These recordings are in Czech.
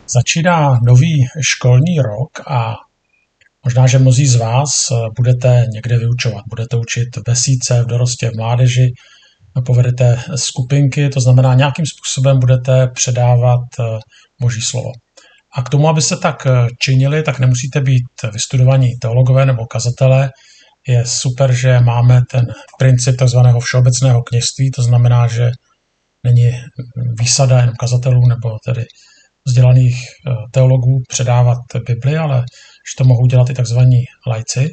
Začíná nový školní rok a možná, že mnozí z vás budete někde vyučovat. Budete učit v besídce, v dorostě, v mládeži, povedete skupinky, to znamená nějakým způsobem budete předávat Boží slovo. A k tomu, abyste tak činili, tak nemusíte být vystudovaní teologové nebo kazatelé. Je super, že máme ten princip tzv. Všeobecného kněžství, to znamená, že není výsada jenom kazatelů nebo tedy vzdělaných teologů předávat Bibli, ale že to mohou dělat i takzvaní laici.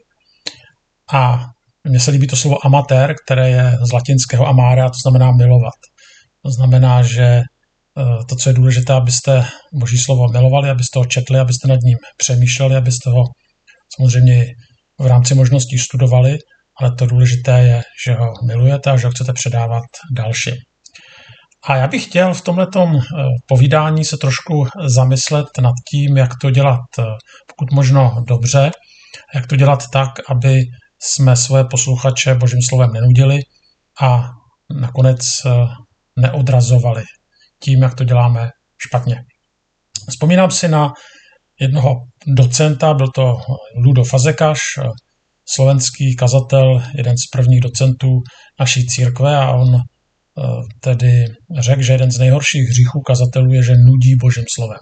A mně se líbí to slovo amatér, které je z latinského amare, to znamená milovat. To znamená, že to, co je důležité, abyste Boží slovo milovali, abyste ho četli, abyste nad ním přemýšleli, abyste ho samozřejmě v rámci možností studovali, ale to důležité je, že ho milujete a že ho chcete předávat dalším. A já bych chtěl v tomhletom povídání se trošku zamyslet nad tím, jak to dělat pokud možno dobře, jak to dělat tak, aby jsme svoje posluchače Božím slovem nenudili a nakonec neodrazovali tím, jak to děláme špatně. Vzpomínám si na jednoho docenta, byl to Ludo Fazekas, slovenský kazatel, jeden z prvních docentů naší církve, a on tedy řekl, že jeden z nejhorších hříchů kazatelů je, že nudí Božím slovem.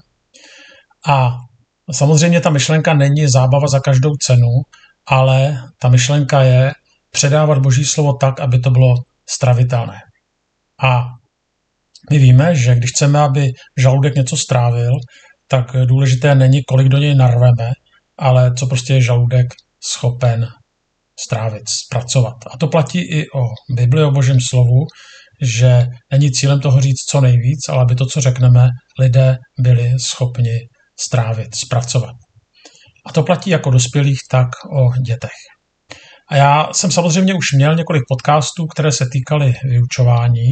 A samozřejmě ta myšlenka není zábava za každou cenu, ale ta myšlenka je předávat Boží slovo tak, aby to bylo stravitelné. A my víme, že když chceme, aby žaludek něco strávil, tak důležité není, kolik do něj narveme, ale co prostě je žaludek schopen strávit, zpracovat. A to platí i o Bibli, o Božím slovu, že není cílem toho říct co nejvíc, ale aby to, co řekneme, lidé byli schopni strávit, zpracovat. A to platí jako dospělých, tak o dětech. A já jsem samozřejmě už měl několik podcastů, které se týkaly vyučování,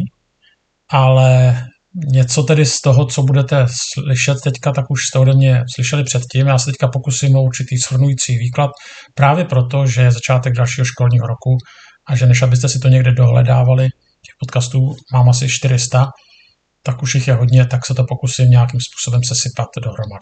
ale něco tedy z toho, co budete slyšet teďka, tak už jste ode mě slyšeli předtím. Já se teďka pokusím o určitý shrnující výklad, právě proto, že je začátek dalšího školního roku a že než abyste si to někde dohledávali, těch podcastů mám asi 400, tak už jich je hodně, tak se to pokusím nějakým způsobem sesypat dohromady.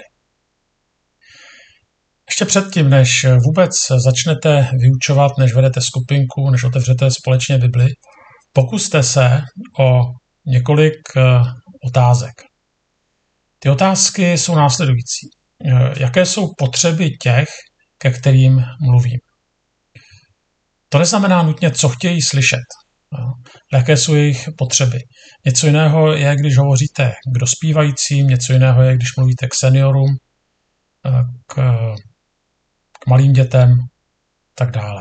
Ještě předtím, než vůbec začnete vyučovat, než vedete skupinku, než otevřete společně Bibli, pokuste se o několik otázek. Ty otázky jsou následující. Jaké jsou potřeby těch, ke kterým mluvím? To neznamená nutně, co chtějí slyšet. Jaké jsou jejich potřeby. Něco jiného je, když hovoříte k dospívajícím, něco jiného je, když mluvíte k seniorům, k malým dětem, tak dále.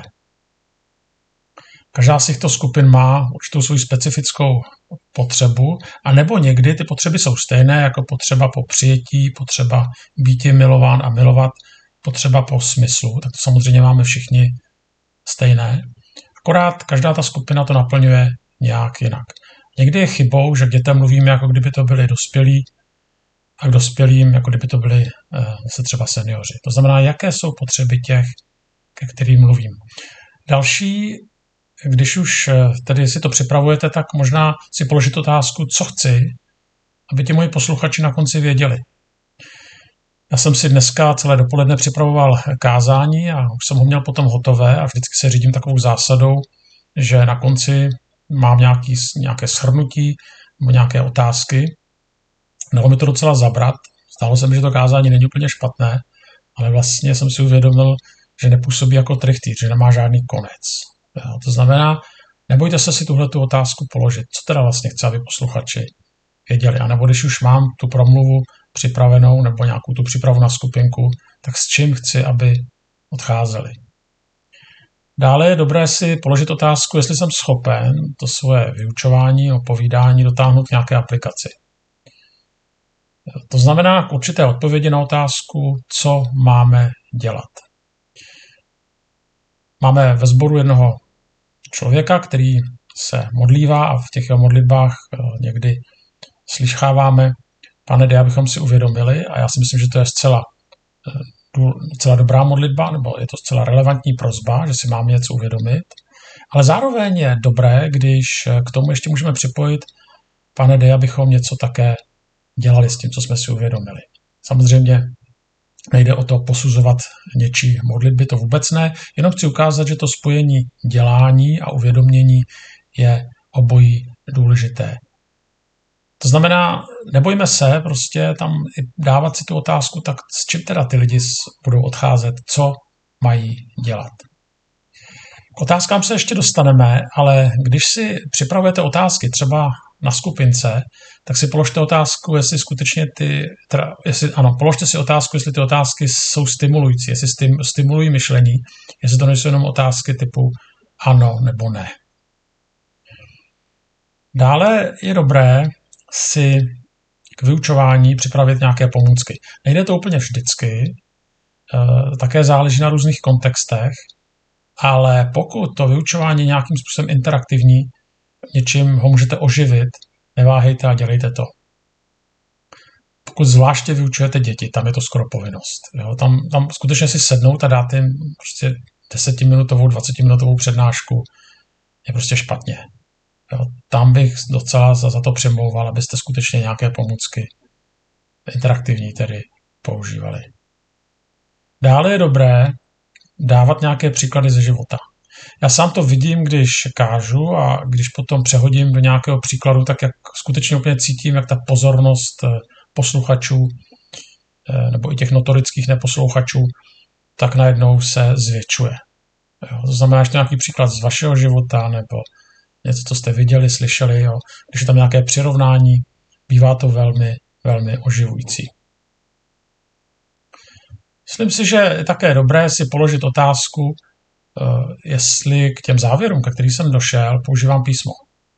Každá z těchto skupin má určitou svou specifickou potřebu, a nebo někdy ty potřeby jsou stejné, jako potřeba po přijetí, potřeba býti milován a milovat, potřeba po smyslu, tak to samozřejmě máme všichni stejné. Akorát každá ta skupina to naplňuje nějak jinak. Někdy je chybou, že k dětem mluvíme, jako kdyby to byli dospělí, a k dospělým, jako kdyby to byli se třeba seniori. To znamená, jaké jsou potřeby těch, ke kterým mluvím. Další, když už tedy si to připravujete, tak možná si položit otázku, co chci, aby ti moji posluchači na konci věděli. Já jsem si dneska celé dopoledne připravoval kázání a už jsem ho měl potom hotové a vždycky se řídím takovou zásadou, že na konci mám nějaké shrnutí nebo nějaké otázky. Dalo mi to docela zabrat. Stálo se mi, že to kázání není úplně špatné, ale vlastně jsem si uvědomil, že nepůsobí jako trichtýř, že nemá žádný konec. To znamená, nebojte se si tuhletu otázku položit. Co teda vlastně chci, aby posluchači věděli? A nebo když už mám tu promluvu připravenou nebo nějakou tu přípravu na skupinku, tak s čím chci, aby odcházeli? Dále je dobré si položit otázku, jestli jsem schopen to svoje vyučování, povídání dotáhnout k nějaké aplikaci. To znamená k určité odpovědi na otázku, co máme dělat. Máme ve sboru jednoho člověka, který se modlívá a v těch jeho modlitbách někdy slycháváme: Pane, dej, abychom si uvědomili, a já si myslím, že to je zcela dobrá modlitba, nebo je to zcela relevantní prosba, že si máme něco uvědomit, ale zároveň je dobré, když k tomu ještě můžeme připojit: Pane, dej, abychom něco také dělali s tím, co jsme si uvědomili. Samozřejmě nejde o to posuzovat něčí modlitby, to vůbec ne, jenom chci ukázat, že to spojení dělání a uvědomění je obojí důležité. To znamená, nebojme se prostě tam dávat si tu otázku, tak s čím teda ty lidi budou odcházet, co mají dělat. K otázkám se ještě dostaneme, ale když si připravujete otázky třeba na skupince, tak si položte otázku, jestli skutečně položte si otázku, jestli ty otázky jsou stimulující, jestli stimulují myšlení, jestli to nejsou jenom otázky typu ano nebo ne. Dále je dobré si k vyučování připravit nějaké pomůcky. Nejde to úplně vždycky, také záleží na různých kontextech, ale pokud to vyučování je nějakým způsobem interaktivní, něčím ho můžete oživit, neváhejte a dělejte to. Pokud zvláště vyučujete děti, tam je to skoro povinnost. Jo? Tam skutečně si sednout a dát jim prostě 10minutovou, 20minutovou přednášku je prostě špatně. Jo? Tam bych docela za to přemlouval, abyste skutečně nějaké pomůcky interaktivní tedy používali. Dále je dobré dávat nějaké příklady ze života. Já sám to vidím, když kážu a když potom přehodím do nějakého příkladu, tak jak skutečně úplně cítím, jak ta pozornost posluchačů nebo i těch notorických neposluchačů, tak najednou se zvětšuje. Jo, to znamená, že to nějaký příklad z vašeho života nebo něco, co jste viděli, slyšeli. Jo. Když je tam nějaké přirovnání, bývá to velmi, velmi oživující. Myslím si, že je také dobré si položit otázku, jestli k těm závěrům, ke kterým jsem došel, používám písmo.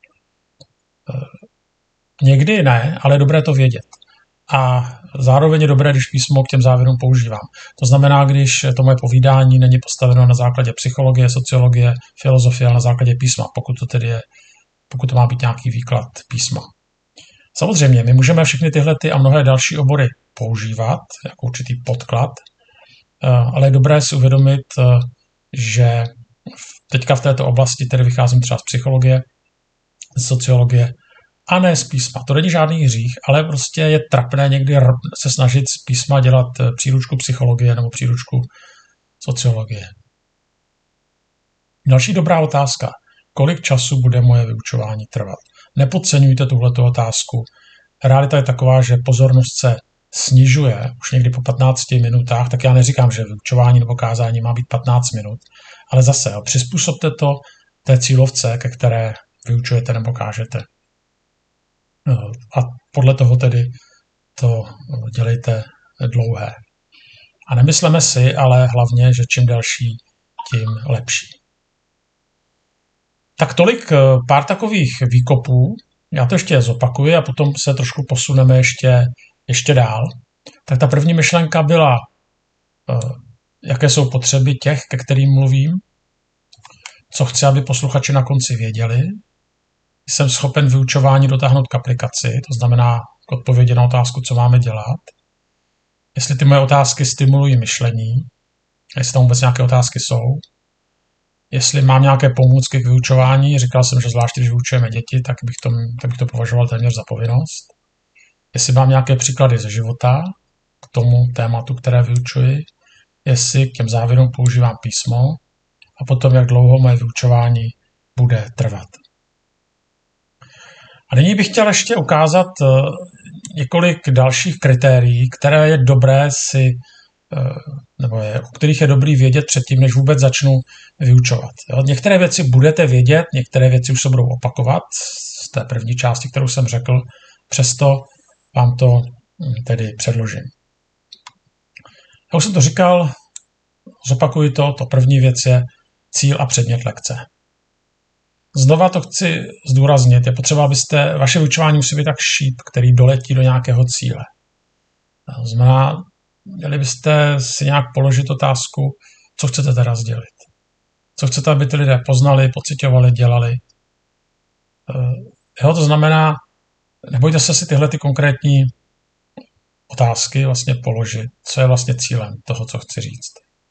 Někdy ne, ale je dobré to vědět. A zároveň je dobré, když písmo k těm závěrům používám. To znamená, když to moje povídání není postaveno na základě psychologie, sociologie, filozofie, ale na základě písma, pokud to má být nějaký výklad písma. Samozřejmě, my můžeme všechny tyhle a mnohé další obory používat jako určitý podklad, ale je dobré si uvědomit, že teďka v této oblasti tedy vycházím třeba z psychologie, z sociologie a ne z písma. To není žádný hřích, ale prostě je trapné někdy se snažit z písma dělat příručku psychologie nebo příručku sociologie. Další dobrá otázka. Kolik času bude moje vyučování trvat? Nepodceňujte tuhletu otázku. Realita je taková, že pozornost se snižuje už někdy po 15 minutách, tak já neříkám, že vyučování nebo kázání má být 15 minut, ale zase přizpůsobte to té cílovce, ke které vyučujete nebo kážete. A podle toho tedy to dělejte dlouhé. A nemysleme si, ale hlavně, že čím delší, tím lepší. Tak tolik pár takových výkopů. Já to ještě zopakuji a potom se trošku posuneme ještě dál. Tak ta první myšlenka byla, jaké jsou potřeby těch, ke kterým mluvím, co chci, aby posluchači na konci věděli. Jsem schopen vyučování dotáhnout k aplikaci, to znamená k odpovědi na otázku, co máme dělat. Jestli ty moje otázky stimulují myšlení, jestli tam vůbec nějaké otázky jsou. Jestli mám nějaké pomůcky k vyučování, říkal jsem, že zvlášť, když vyučujeme děti, tak bych to považoval téměř za povinnost. Jestli mám nějaké příklady ze života k tomu tématu, které vyučuji, jestli k těm závěrům používám písmo a potom, jak dlouho moje vyučování bude trvat. A nyní bych chtěl ještě ukázat několik dalších kritérií, které je dobré o kterých je dobrý vědět předtím, než vůbec začnu vyučovat. Některé věci budete vědět, některé věci už se budou opakovat z té první části, kterou jsem řekl, přesto vám to tedy předložím. Já už jsem to říkal, zopakuji to první věc je cíl a předmět lekce. Znova to chci zdůraznit, je potřeba, vaše vyučování musí být tak šíp, který doletí do nějakého cíle. To znamená, měli byste si nějak položit otázku, co chcete teda sdělit. Co chcete, aby ty lidé poznali, pociťovali, dělali. To znamená, nebojte se si tyhle konkrétní otázky vlastně položit, co je vlastně cílem toho, co chci říct.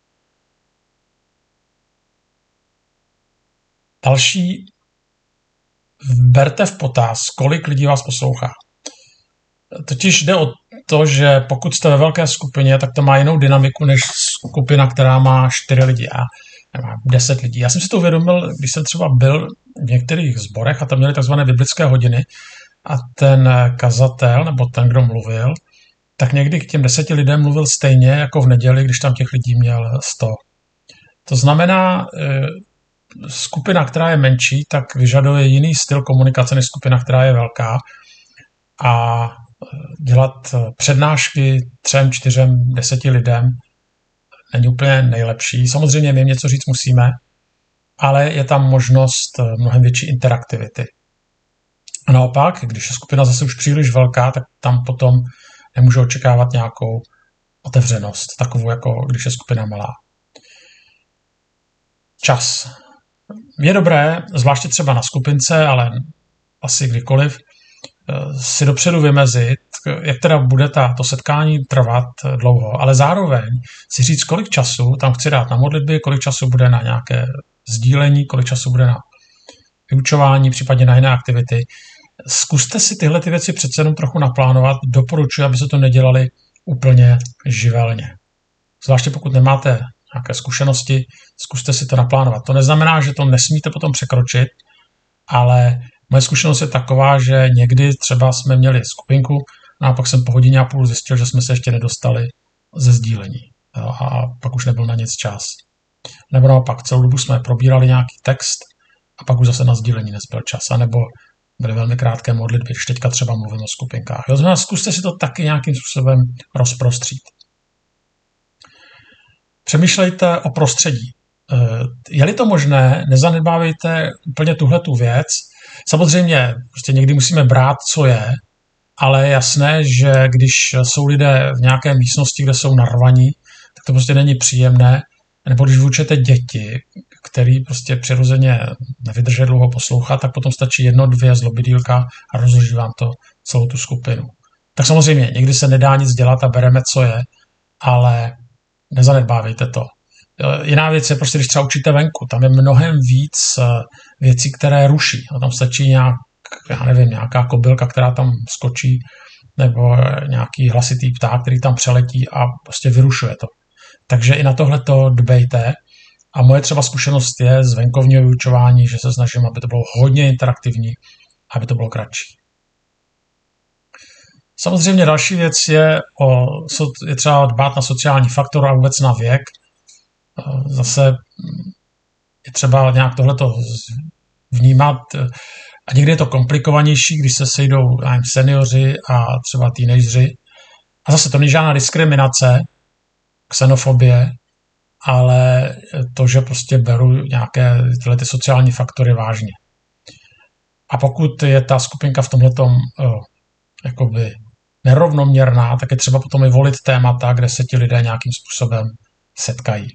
Další, berte v potaz, kolik lidí vás poslouchá. Totiž jde o to, že pokud jste ve velké skupině, tak to má jinou dynamiku než skupina, která má 4 lidi a má 10 lidí. Já jsem si to uvědomil, když jsem třeba byl v některých sborech a tam měli takzvané biblické hodiny a ten kazatel nebo ten, kdo mluvil, tak někdy k těm 10 lidem mluvil stejně jako v neděli, když tam těch lidí měl 100. To znamená, skupina, která je menší, tak vyžaduje jiný styl komunikace než skupina, která je velká. A dělat přednášky 3, 4, 10 lidem není úplně nejlepší. Samozřejmě my jim něco říct musíme, ale je tam možnost mnohem větší interaktivity. A naopak, když je skupina zase už příliš velká, tak tam potom nemůžu očekávat nějakou otevřenost, takovou jako když je skupina malá. Čas. Je dobré, zvláště třeba na skupince, ale asi kdykoliv, si dopředu vymezit, jak teda bude to setkání trvat dlouho, ale zároveň si říct, kolik času tam chci dát na modlitby, kolik času bude na nějaké sdílení, kolik času bude na vyučování, případně na jiné aktivity. Zkuste si tyhle ty věci přece jenom trochu naplánovat. Doporučuji, aby se to nedělali úplně živelně. Zvláště pokud nemáte nějaké zkušenosti, zkuste si to naplánovat. To neznamená, že to nesmíte potom překročit, ale moje zkušenost je taková, že někdy třeba jsme měli skupinku, no a pak jsem po hodině a půl zjistil, že jsme se ještě nedostali ze sdílení. A pak už nebyl na nic čas. Nebo naopak, celou dobu jsme probírali nějaký text a pak už zase na sdílení nezbyl čas. A nebo byly velmi krátké modlitby, když teďka třeba mluvím o skupinkách. Znamená, zkuste si to taky nějakým způsobem rozprostřít. Přemýšlejte o prostředí. Je-li to možné, nezanedbávejte úplně tuhletu věc. Samozřejmě prostě někdy musíme brát, co je, ale je jasné, že když jsou lidé v nějaké místnosti, kde jsou narvaní, tak to prostě není příjemné. Nebo když vyučujete děti, který prostě přirozeně nevydrží dlouho poslouchat, tak potom stačí 1, 2 zlobidýlka a rozloží vám to celou tu skupinu. Tak samozřejmě, někdy se nedá nic dělat a bereme, co je, ale nezanedbávejte to. Jiná věc je prostě, když třeba učíte venku, tam je mnohem víc věcí, které ruší. A tam stačí nějaká kobylka, která tam skočí, nebo nějaký hlasitý pták, který tam přeletí a prostě vyrušuje to. Takže i na tohle to dbejte. A moje třeba zkušenost je z venkovního vyučování, že se snažím, aby to bylo hodně interaktivní, aby to bylo kratší. Samozřejmě další věc je třeba dbát na sociální faktor a vůbec na věk. Zase je třeba nějak tohleto vnímat. A někdy je to komplikovanější, když se sejdou seniori a třeba teenageři. A zase to není žádná diskriminace, xenofobie, ale to, že prostě beru nějaké tyhle ty sociální faktory vážně. A pokud je ta skupinka v tomhletom jakoby nerovnoměrná, tak je třeba potom i volit témata, kde se ti lidé nějakým způsobem setkají.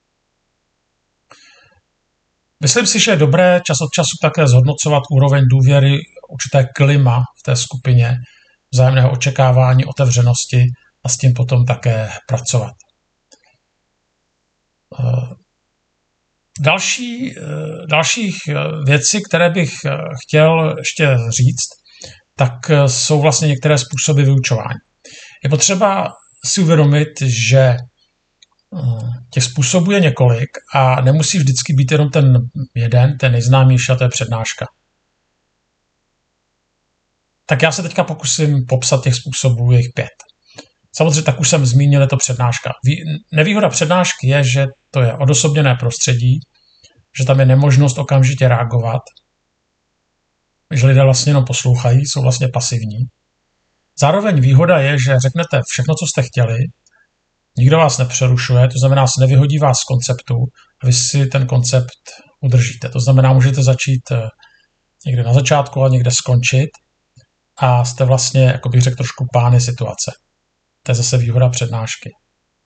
Myslím si, že je dobré čas od času také zhodnocovat úroveň důvěry, určité klima v té skupině, vzájemného očekávání, otevřenosti a s tím potom také pracovat. Dalších věcí, které bych chtěl ještě říct, tak jsou vlastně některé způsoby vyučování. Je potřeba si uvědomit, že těch způsobů je několik a nemusí vždycky být jenom ten jeden, ten nejznámější, a to je přednáška. Tak já se teďka pokusím popsat těch způsobů, je jich 5. Samozřejmě tak už jsem zmínil, je to přednáška. Nevýhoda přednášky je, že to je odosobněné prostředí, že tam je nemožnost okamžitě reagovat, že lidé vlastně jenom poslouchají, jsou vlastně pasivní. Zároveň výhoda je, že řeknete všechno, co jste chtěli, nikdo vás nepřerušuje, to znamená, nevyhodí vás z konceptu a vy si ten koncept udržíte. To znamená, můžete začít někde na začátku a někde skončit a jste vlastně, jako bych řekl, trošku pány situace. To je zase výhoda přednášky.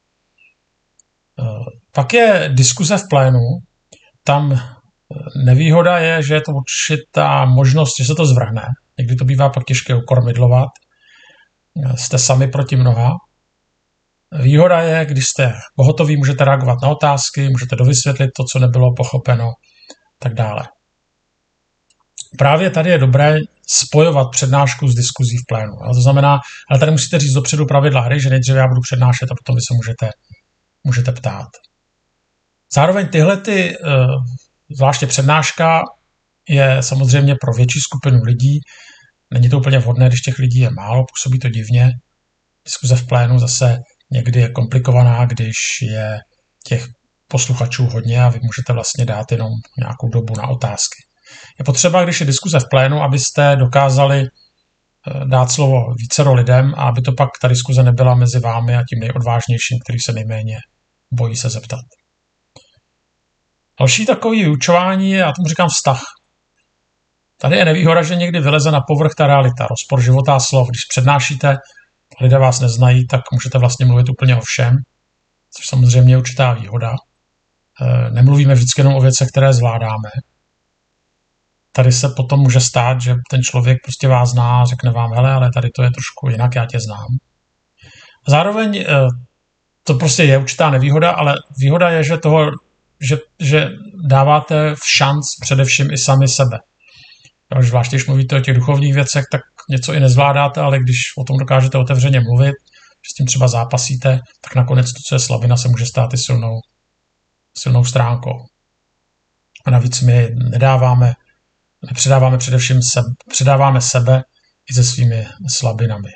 Pak je diskuze v plénu. Tam nevýhoda je, že je to určitá možnost, že se to zvrhne. Někdy to bývá pak těžké ukormidlovat. Jste sami proti mnoha. Výhoda je, když jste pohotoví, můžete reagovat na otázky, můžete dovysvětlit to, co nebylo pochopeno, tak dále. Právě tady je dobré spojovat přednášku s diskuzí v plénu. Jo? To znamená, ale tady musíte říct dopředu pravidla hry, že nejdříve já budu přednášet a potom vy se můžete ptát. Zároveň zvláště přednáška je samozřejmě pro větší skupinu lidí. Není to úplně vhodné, když těch lidí je málo, působí to divně. Diskuze v plénu zase někdy je komplikovaná, když je těch posluchačů hodně a vy můžete vlastně dát jenom nějakou dobu na otázky. Je potřeba, když je diskuze v plénu, abyste dokázali dát slovo vícero lidem a aby to pak ta diskuze nebyla mezi vámi a tím nejodvážnějším, který se nejméně bojí se zeptat. Další takový vyučování je, já tomu říkám vztah. Tady je nevýhoda, že někdy vyleze na povrch ta realita, rozpor života a slov. Když přednášíte, lidé vás neznají, tak můžete vlastně mluvit úplně o všem, což samozřejmě je určitá výhoda. Nemluvíme vždycky jenom o věcech, které zvládáme. Tady se potom může stát, že ten člověk prostě vás zná a řekne vám, hele, ale tady to je trošku jinak, já tě znám. Zároveň to prostě je určitá nevýhoda, ale výhoda je, že dáváte v šanc především i sami sebe. Zvláště, když mluvíte o těch duchovních věcech, tak něco i nezvládáte, ale když o tom dokážete otevřeně mluvit, že s tím třeba zápasíte, tak nakonec to, co je slabina, se může stát i silnou stránkou. A navíc my nepředáváme především předáváme sebe i se svými slabinami.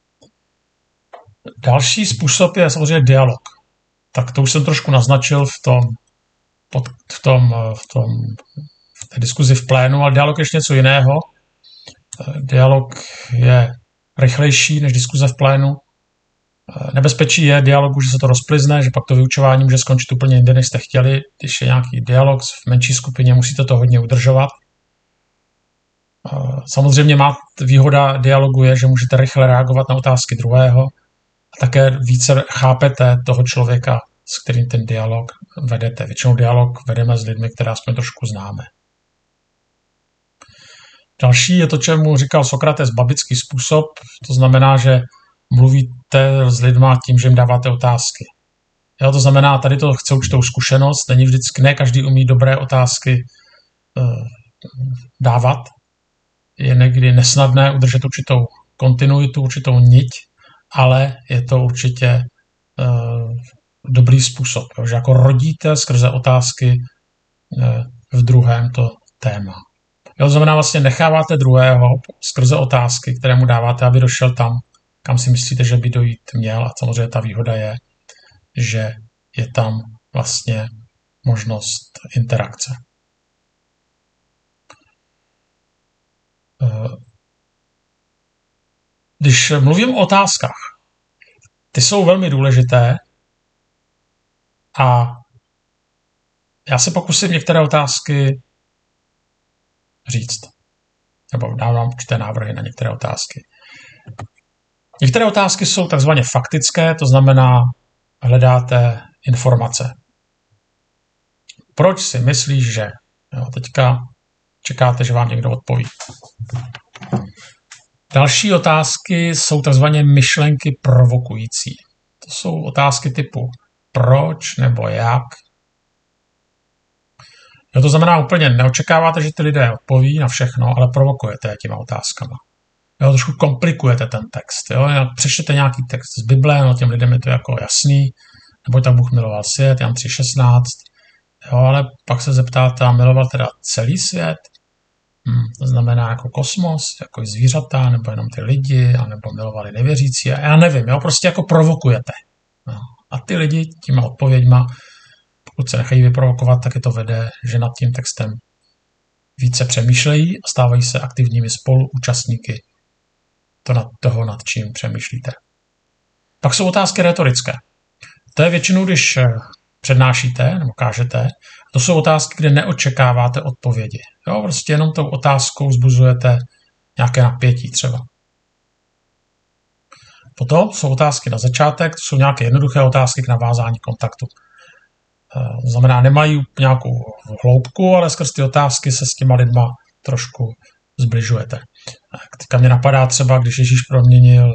Další způsob je samozřejmě dialog. Tak to už jsem trošku naznačil v té diskuzi v plénu, ale dialog je ještě něco jiného. Dialog je rychlejší než diskuze v plénu. Nebezpečí je dialogu, že se to rozplizne, že pak to vyučování může skončit úplně jinde, než jste chtěli. Když je nějaký dialog v menší skupině, musíte to hodně udržovat. Samozřejmě výhoda dialogu je, že můžete rychle reagovat na otázky druhého a také více chápete toho člověka, s kterým ten dialog vedete. Většinou dialog vedeme s lidmi, které aspoň trošku známe. Další je to, čemu říkal Sokrates, babický způsob. To znamená, že mluvíte s lidma tím, že jim dáváte otázky. Jo, to znamená, tady to chce určitou zkušenost. Není vždycky, ne každý umí dobré otázky dávat. Je někdy nesnadné udržet určitou kontinuitu, určitou niť, ale je to určitě dobrý způsob, že jako rodíte skrze otázky v druhém to téma. To znamená, vlastně necháváte druhého skrze otázky, které mu dáváte, aby došel tam, kam si myslíte, že by dojít měl. A samozřejmě ta výhoda je, že je tam vlastně možnost interakce. Když mluvím o otázkách, ty jsou velmi důležité a já se pokusím některé otázky říct. Nebo dávám určité návrhy na některé otázky. Některé otázky jsou takzvaně faktické, to znamená, hledáte informace. Proč si myslíš, že? Jo, teďka čekáte, že vám někdo odpoví. Další otázky jsou takzvaně myšlenky provokující. To jsou otázky typu proč nebo jak. Jo, to znamená úplně neočekáváte, že ty lidé odpoví na všechno, ale provokujete je těma otázkama. Jo, trošku komplikujete ten text. Jo. Přečtete nějaký text z Bible, no těm lidem je to jako jasný, nebo tak Bůh miloval svět, Jan 3,16. Jo, ale pak se zeptáte, a miloval teda celý svět? To znamená jako kosmos, jako zvířata, nebo jenom ty lidi, anebo milovali nevěřící. A já nevím, jo, prostě jako provokujete. No. A ty lidi těma odpověďma, pokud se nechají vyprovokovat, tak je to vede, že nad tím textem více přemýšlejí a stávají se aktivními spoluúčastníky toho, nad čím přemýšlíte. Pak jsou otázky retorické. To je většinou, když přednášíte nebo kážete, to jsou otázky, kde neočekáváte odpovědi. Jo, prostě jenom tou otázkou vzbuzujete nějaké napětí třeba. Potom jsou otázky na začátek, to jsou nějaké jednoduché otázky k navázání kontaktu. To znamená, nemají nějakou hloubku, ale skrz ty otázky se s těma lidma trošku zbližujete. Teďka mě napadá třeba, když Ježíš proměnil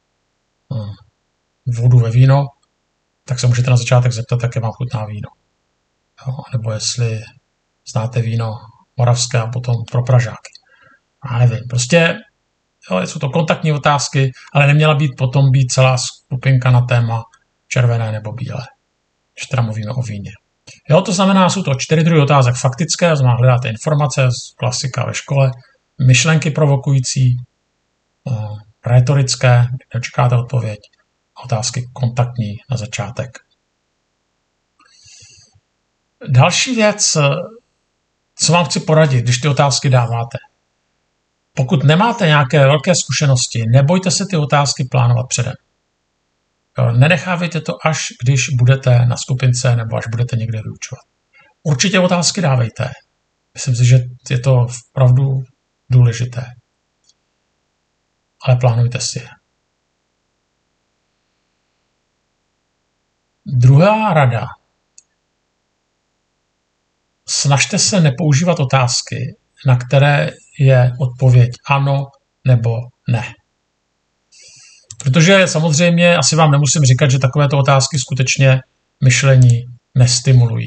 vodu ve víno, tak se můžete na začátek zeptat, jaké vám chutná víno. Jo, nebo jestli znáte víno moravské a potom pro Pražáky. já nevím, prostě jo, jsou to kontaktní otázky, ale neměla potom být celá skupinka na téma červené nebo bílé, když teda mluvíme o víně. Jo, to znamená, jsou to 4 druhy otázek faktické, to znamená, hledáte informace, klasika ve škole, myšlenky provokující, rétorické, neočekáte odpověď, a otázky kontaktní na začátek. Další věc, co vám chci poradit, když ty otázky dáváte. Pokud nemáte nějaké velké zkušenosti, nebojte se ty otázky plánovat předem. Nenechávejte to, až když budete na skupince nebo až budete někde vyučovat. Určitě otázky dávejte. Myslím si, že je to opravdu důležité. Ale plánujte si je. Druhá rada. Snažte se nepoužívat otázky, na které je odpověď ano nebo ne. Protože samozřejmě asi vám nemusím říkat, že takovéto otázky skutečně myšlení nestimulují.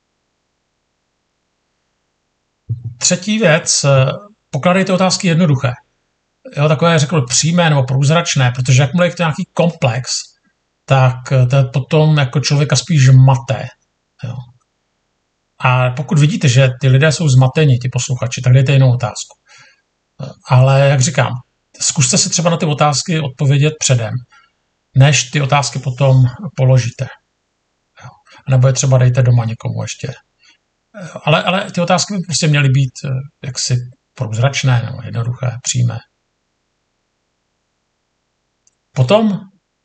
Třetí věc, pokládejte otázky jednoduché. Jo, takové, řekl, přímé nebo průzračné, protože jakmile je to nějaký komplex, tak to potom jako člověka spíš mate. Jo. A pokud vidíte, že ty lidé jsou zmateni, ti posluchači, tak dejte jinou otázku. Ale jak říkám, zkuste si třeba na ty otázky odpovědět předem, než ty otázky potom položíte. Jo. Nebo je třeba dejte doma někomu ještě. Ale ty otázky by prostě měly být jaksi průzračné nebo jednoduché, přímé. Potom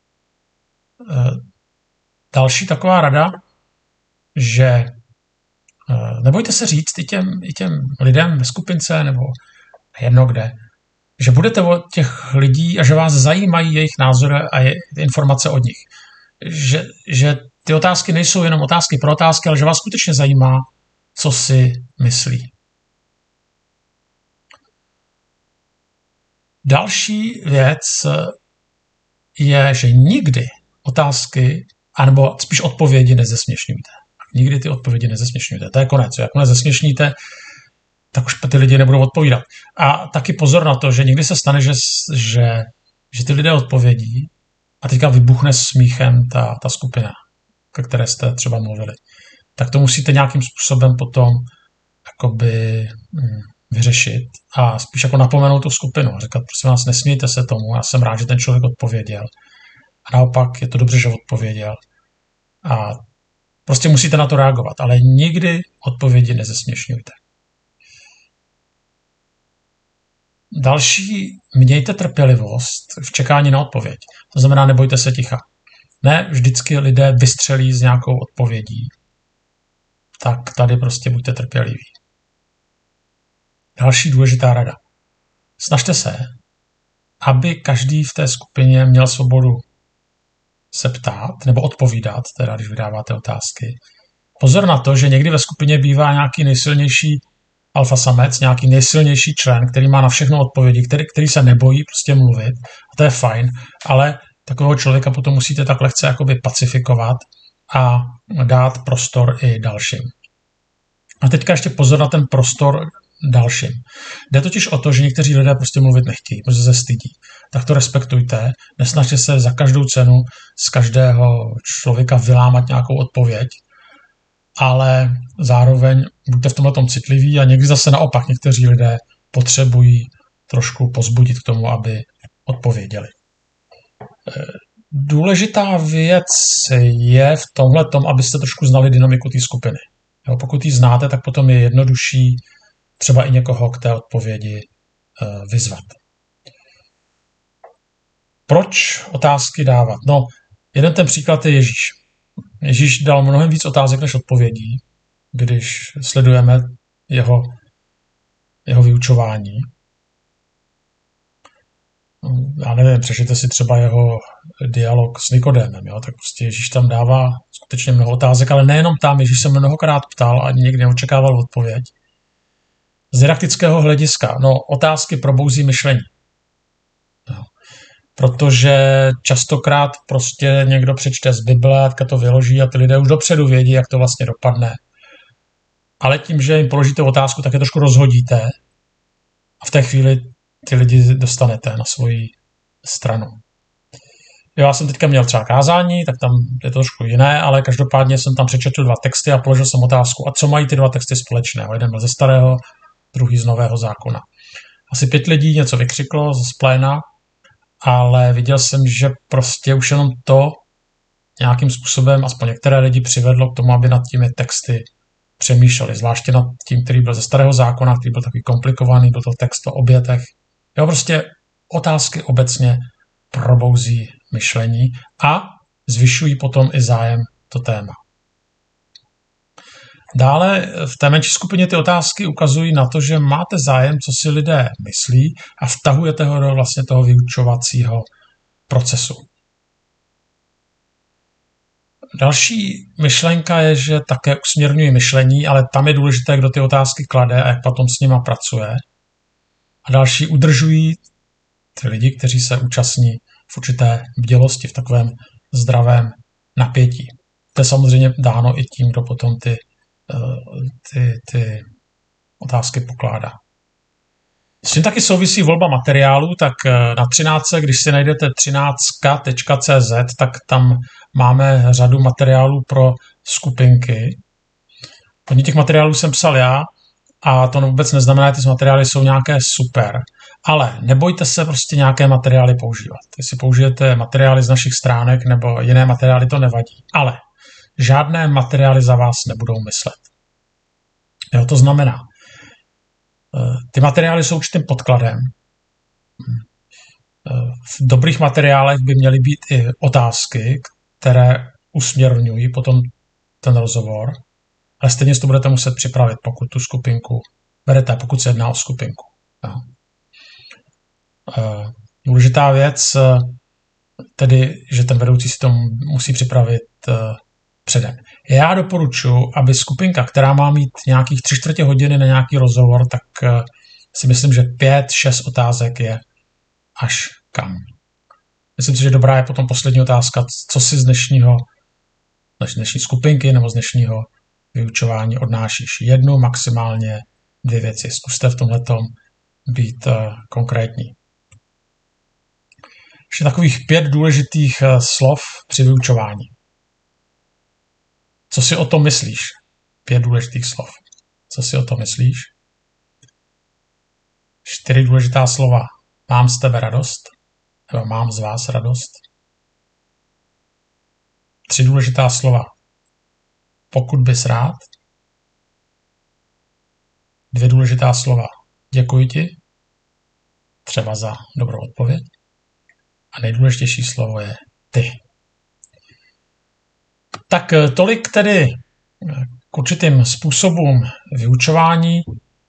další taková rada, že nebojte se říct i těm lidem ve skupince nebo jedno kde, že budete od těch lidí a že vás zajímají jejich názory a informace od nich. Že ty otázky nejsou jenom otázky pro otázky, ale že vás skutečně zajímá, co si myslí. Další věc je, že nikdy otázky, anebo spíš odpovědi nezesměšňujte. Nikdy ty odpovědi nezesměšňujte. To je konec. Jakmile zesměšníte, tak už ty lidi nebudou odpovídat. A taky pozor na to, že někdy se stane, že ty lidé odpovědí a teďka vybuchne smíchem ta skupina, ke které jste třeba mluvili. Tak to musíte nějakým způsobem potom jakoby vyřešit a spíš jako napomenout tu skupinu a říkat, prosím vás, nesmějte se tomu, já jsem rád, že ten člověk odpověděl. A naopak je to dobře, že odpověděl. A prostě musíte na to reagovat, ale nikdy odpovědi nezesměšňujte. Další, mějte trpělivost v čekání na odpověď. To znamená, nebojte se ticha. Ne, vždycky lidé vystřelí s nějakou odpovědí. Tak tady prostě buďte trpěliví. Další důležitá rada. Snažte se, aby každý v té skupině měl svobodu se ptát nebo odpovídat, teda když vydáváte otázky. Pozor na to, že někdy ve skupině bývá nějaký nejsilnější alfa samec, nějaký nejsilnější člen, který má na všechno odpovědi, který se nebojí prostě mluvit. A to je fajn, ale takového člověka potom musíte tak lehce jakoby pacifikovat a dát prostor i dalším. A teďka ještě pozor na ten prostor dalším. Jde totiž o to, že někteří lidé prostě mluvit nechtějí, protože se stydí. Tak to respektujte, nesnažte se za každou cenu z každého člověka vylámat nějakou odpověď, ale zároveň buďte v tomhletom citliví a někdy zase naopak někteří lidé potřebují trošku pozbudit k tomu, aby odpověděli. Důležitá věc je v tomhletom, abyste trošku znali dynamiku té skupiny. Jo, pokud ji znáte, tak potom je jednodušší třeba i někoho k té odpovědi vyzvat. Proč otázky dávat? No, jeden ten příklad je Ježíš. Ježíš dal mnohem víc otázek než odpovědí, když sledujeme jeho vyučování. Já nevím, přečtěte si třeba jeho dialog s Nikodémem, jo? Tak prostě Ježíš tam dává skutečně mnoho otázek, ale nejenom tam, Ježíš se mnohokrát ptal a nikdy neočekával odpověď. Z didaktického hlediska, no, otázky probouzí myšlení. No. Protože častokrát prostě někdo přečte z Bible, a to vyloží a ty lidé už dopředu vědí, jak to vlastně dopadne. Ale tím, že jim položíte otázku, tak je trošku rozhodíte a v té chvíli ty lidi dostanete na svoji stranu. Já jsem teďka měl třeba kázání, tak tam je to trošku jiné, ale každopádně jsem tam přečetl 2 texty a položil jsem otázku, a co mají ty 2 texty společného. Jeden byl ze starého, druhý z nového zákona. Asi 5 lidí něco vykřiklo z pléna, ale viděl jsem, že prostě už jenom to nějakým způsobem, aspoň některé lidi přivedlo k tomu, aby nad těmi texty přemýšleli, zvláště nad tím, který byl ze starého zákona, který byl takový komplikovaný, byl to text o obětech. Jo, prostě otázky obecně probouzí myšlení a zvyšují potom i zájem to téma. Dále v té menší skupině ty otázky ukazují na to, že máte zájem, co si lidé myslí a vtahujete ho do vlastně toho vyučovacího procesu. Další myšlenka je, že také usměrňují myšlení, ale tam je důležité, kdo ty otázky klade a jak potom s nima pracuje. A další udržují ty lidi, kteří se účastní v určité bdělosti, v takovém zdravém napětí. To je samozřejmě dáno i tím, kdo potom ty otázky pokládá. S tím taky souvisí volba materiálu, tak na 13, když si najdete 13.cz, tak tam máme řadu materiálů pro skupinky. Hodně těch materiálů jsem psal já a to vůbec neznamená, že ty materiály jsou nějaké super. Ale nebojte se prostě nějaké materiály používat. Jestli použijete materiály z našich stránek nebo jiné materiály, to nevadí. Ale žádné materiály za vás nebudou myslet. Jo, to znamená, ty materiály jsou určitým podkladem. V dobrých materiálech by měly být i otázky, které usměrňují potom ten rozhovor, ale stejně si to budete muset připravit, pokud tu skupinku berete, pokud se jedná o skupinku. Jo. Důležitá věc, tedy, že ten vedoucí si to musí připravit předem. Já doporučuji, aby skupinka, která má mít nějakých 3/4 hodiny na nějaký rozhovor, tak si myslím, že 5-6 otázek je až kam. Myslím si, že dobrá je potom poslední otázka, co si z dnešní skupinky nebo z dnešního vyučování odnášíš. 1, maximálně 2 věci. Zkuste v tomhletom být konkrétní. Ještě takových 5 důležitých slov při vyučování. Co si o tom myslíš? 5 důležitých slov. Co si o tom myslíš? 4 důležitá slova. Mám z tebe radost? Nebo mám z vás radost? 3 důležitá slova. Pokud bys rád? 2 důležitá slova. Děkuji ti. Třeba za dobrou odpověď. A nejdůležitější slovo je ty. Tak tolik tedy k určitým způsobům vyučování.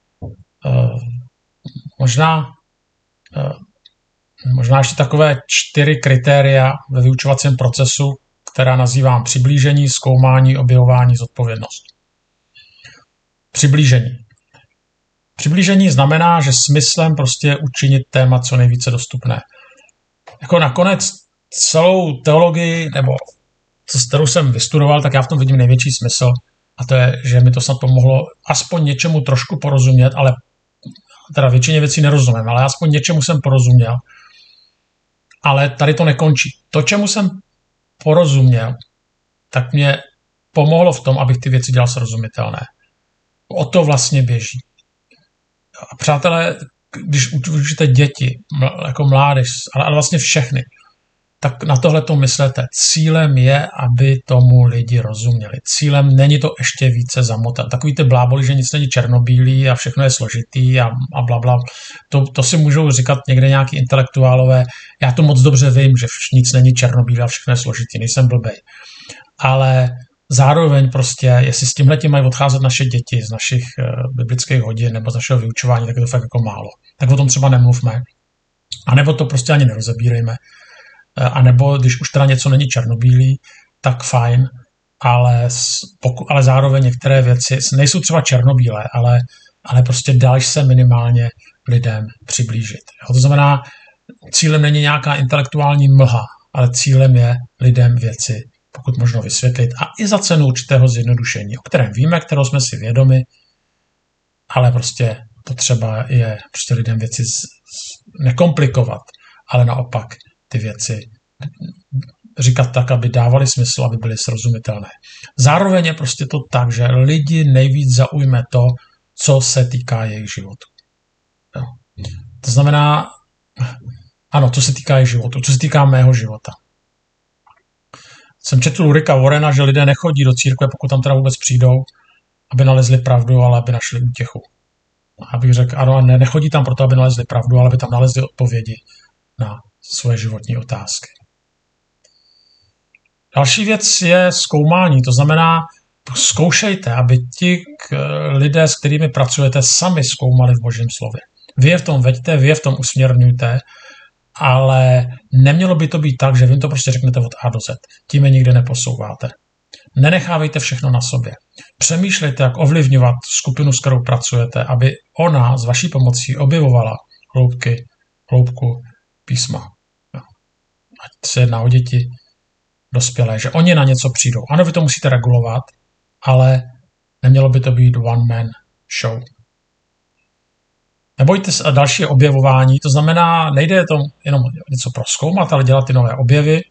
Možná ještě takové 4 kritéria ve vyučovacím procesu, která nazývám přiblížení, zkoumání, objevování, zodpovědnost. Přiblížení. Přiblížení znamená, že smyslem prostě je učinit téma co nejvíce dostupné. Jako nakonec celou teologii, nebo kterou jsem vystudoval, tak já v tom vidím největší smysl. A to je, že mi to snad pomohlo aspoň něčemu trošku porozumět, ale teda většině věcí nerozumím, ale aspoň něčemu jsem porozuměl. Ale tady to nekončí. To, čemu jsem porozuměl, tak mě pomohlo v tom, abych ty věci dělal srozumitelné. O to vlastně běží. A přátelé, když učíte děti, jako mládež, ale vlastně všechny, tak na tohle to myslete. Cílem je, aby tomu lidi rozuměli. Cílem není to ještě více zamotat. Takový ty bláboli, že nic není černobílý a všechno je složitý a blabla. To si můžou říkat někde nějaký intelektuálové. Já to moc dobře vím, že nic není černobílý a všechno je složitý. Nejsem blbej. Ale zároveň prostě, jestli s tímhletím mají odcházet naše děti z našich biblických hodin nebo z našeho vyučování, tak je to fakt jako málo. Tak o tom třeba nemluvme. A nebo to prostě ani nerozebírejme. A nebo když už teda něco není černobílý, tak fajn, ale zároveň některé věci nejsou třeba černobílé, ale prostě dáš se minimálně lidem přiblížit. To znamená, cílem není nějaká intelektuální mlha, ale cílem je lidem věci pokud možno vysvětlit a i za cenu určitého zjednodušení, o kterém víme, kterého jsme si vědomi, ale prostě potřeba je prostě lidem věci nekomplikovat, ale naopak ty věci říkat tak, aby dávaly smysl, aby byly srozumitelné. Zároveň je prostě to tak, že lidi nejvíc zaujme to, co se týká jejich životu. Jo. To znamená, ano, co se týká jejich životu, co se týká mého života. Jsem četl u Ricka Warrena, že lidé nechodí do církve, pokud tam teda vůbec přijdou, aby nalezli pravdu, ale aby našli útěchu. Abych řekl, ano, nechodí tam proto, aby nalezli pravdu, ale aby tam nalezli odpovědi na svoje životní otázky. Další věc je zkoumání, to znamená, zkoušejte, aby ti lidé, s kterými pracujete, sami zkoumali v Božím slově. Vy je v tom veďte, vy je v tom usměrňujte, ale nemělo by to být tak, že vy to prostě řeknete od A do Z. Tím je nikde neposouváte. Nenechávejte všechno na sobě. Přemýšlejte, jak ovlivňovat skupinu, s kterou pracujete, aby ona s vaší pomocí objevovala hloubku písma. Ať se jedná o děti, dospělé, že oni na něco přijdou. Ano, vy to musíte regulovat, ale nemělo by to být one-man show. Nebojte se, a další je objevování, to znamená, nejde to jenom něco prozkoumat, ale dělat ty nové objevy.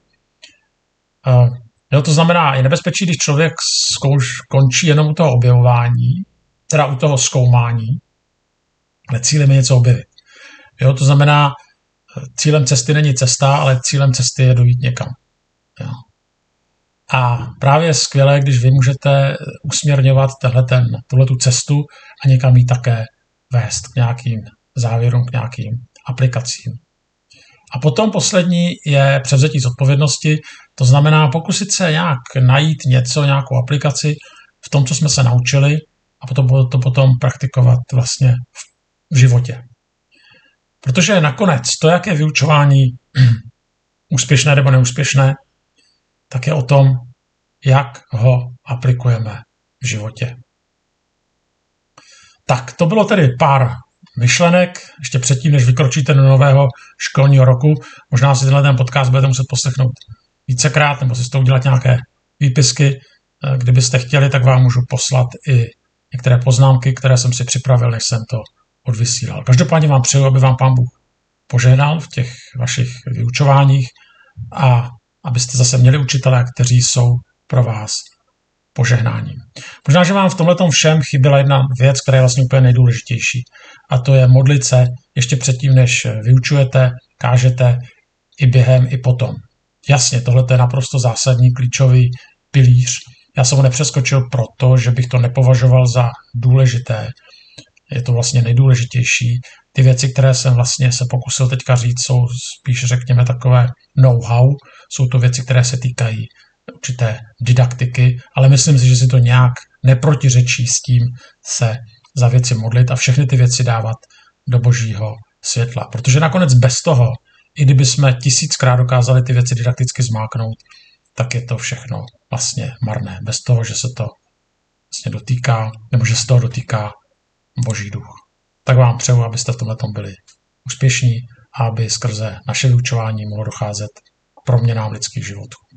To znamená, je nebezpečí, když člověk končí jenom u toho objevování, teda u toho zkoumání, ale cílem je něco objevit. To znamená, cílem cesty není cesta, ale cílem cesty je dojít někam. Jo. A právě je skvělé, když vy můžete usměrňovat tuhletu cestu a někam ji také vést k nějakým závěrům, k nějakým aplikacím. A potom poslední je převzetí zodpovědnosti, to znamená pokusit se nějak najít něco, nějakou aplikaci v tom, co jsme se naučili a potom praktikovat vlastně v životě. Protože nakonec to, jak je vyučování úspěšné nebo neúspěšné, tak je o tom, jak ho aplikujeme v životě. Tak, to bylo tedy pár myšlenek, ještě předtím, než vykročíte do nového školního roku. Možná si tenhle podcast budete muset poslechnout vícekrát, nebo si z toho udělat nějaké výpisky. Kdybyste chtěli, tak vám můžu poslat i některé poznámky, které jsem si připravil, než jsem to odvysílal. Každopádně vám přeju, aby vám Pán Bůh požehnal v těch vašich vyučováních a abyste zase měli učitele, kteří jsou pro vás požehnáním. Možná, že vám v tomhletom všem chyběla jedna věc, která je vlastně úplně nejdůležitější. A to je modlit se ještě předtím, než vyučujete, kážete, i během, i potom. Jasně, tohle je naprosto zásadní, klíčový pilíř. Já jsem ho nepřeskočil proto, že bych to nepovažoval za důležité. Je to vlastně nejdůležitější. Ty věci, které jsem vlastně se pokusil teďka říct, jsou spíš, řekněme, takové know-how. Jsou to věci, které se týkají určité didaktiky, ale myslím si, že si to nějak neprotiřečí s tím se za věci modlit a všechny ty věci dávat do Božího světla. Protože nakonec bez toho, i kdyby jsme 1000krát dokázali ty věci didakticky zmáknout, tak je to všechno vlastně marné. Bez toho, že se to vlastně dotýká, nebo že se toho dotýká Boží duch. Tak vám přeju, abyste v tomhletom byli úspěšní a aby skrze naše vyučování mohlo docházet k proměnám lidských životů.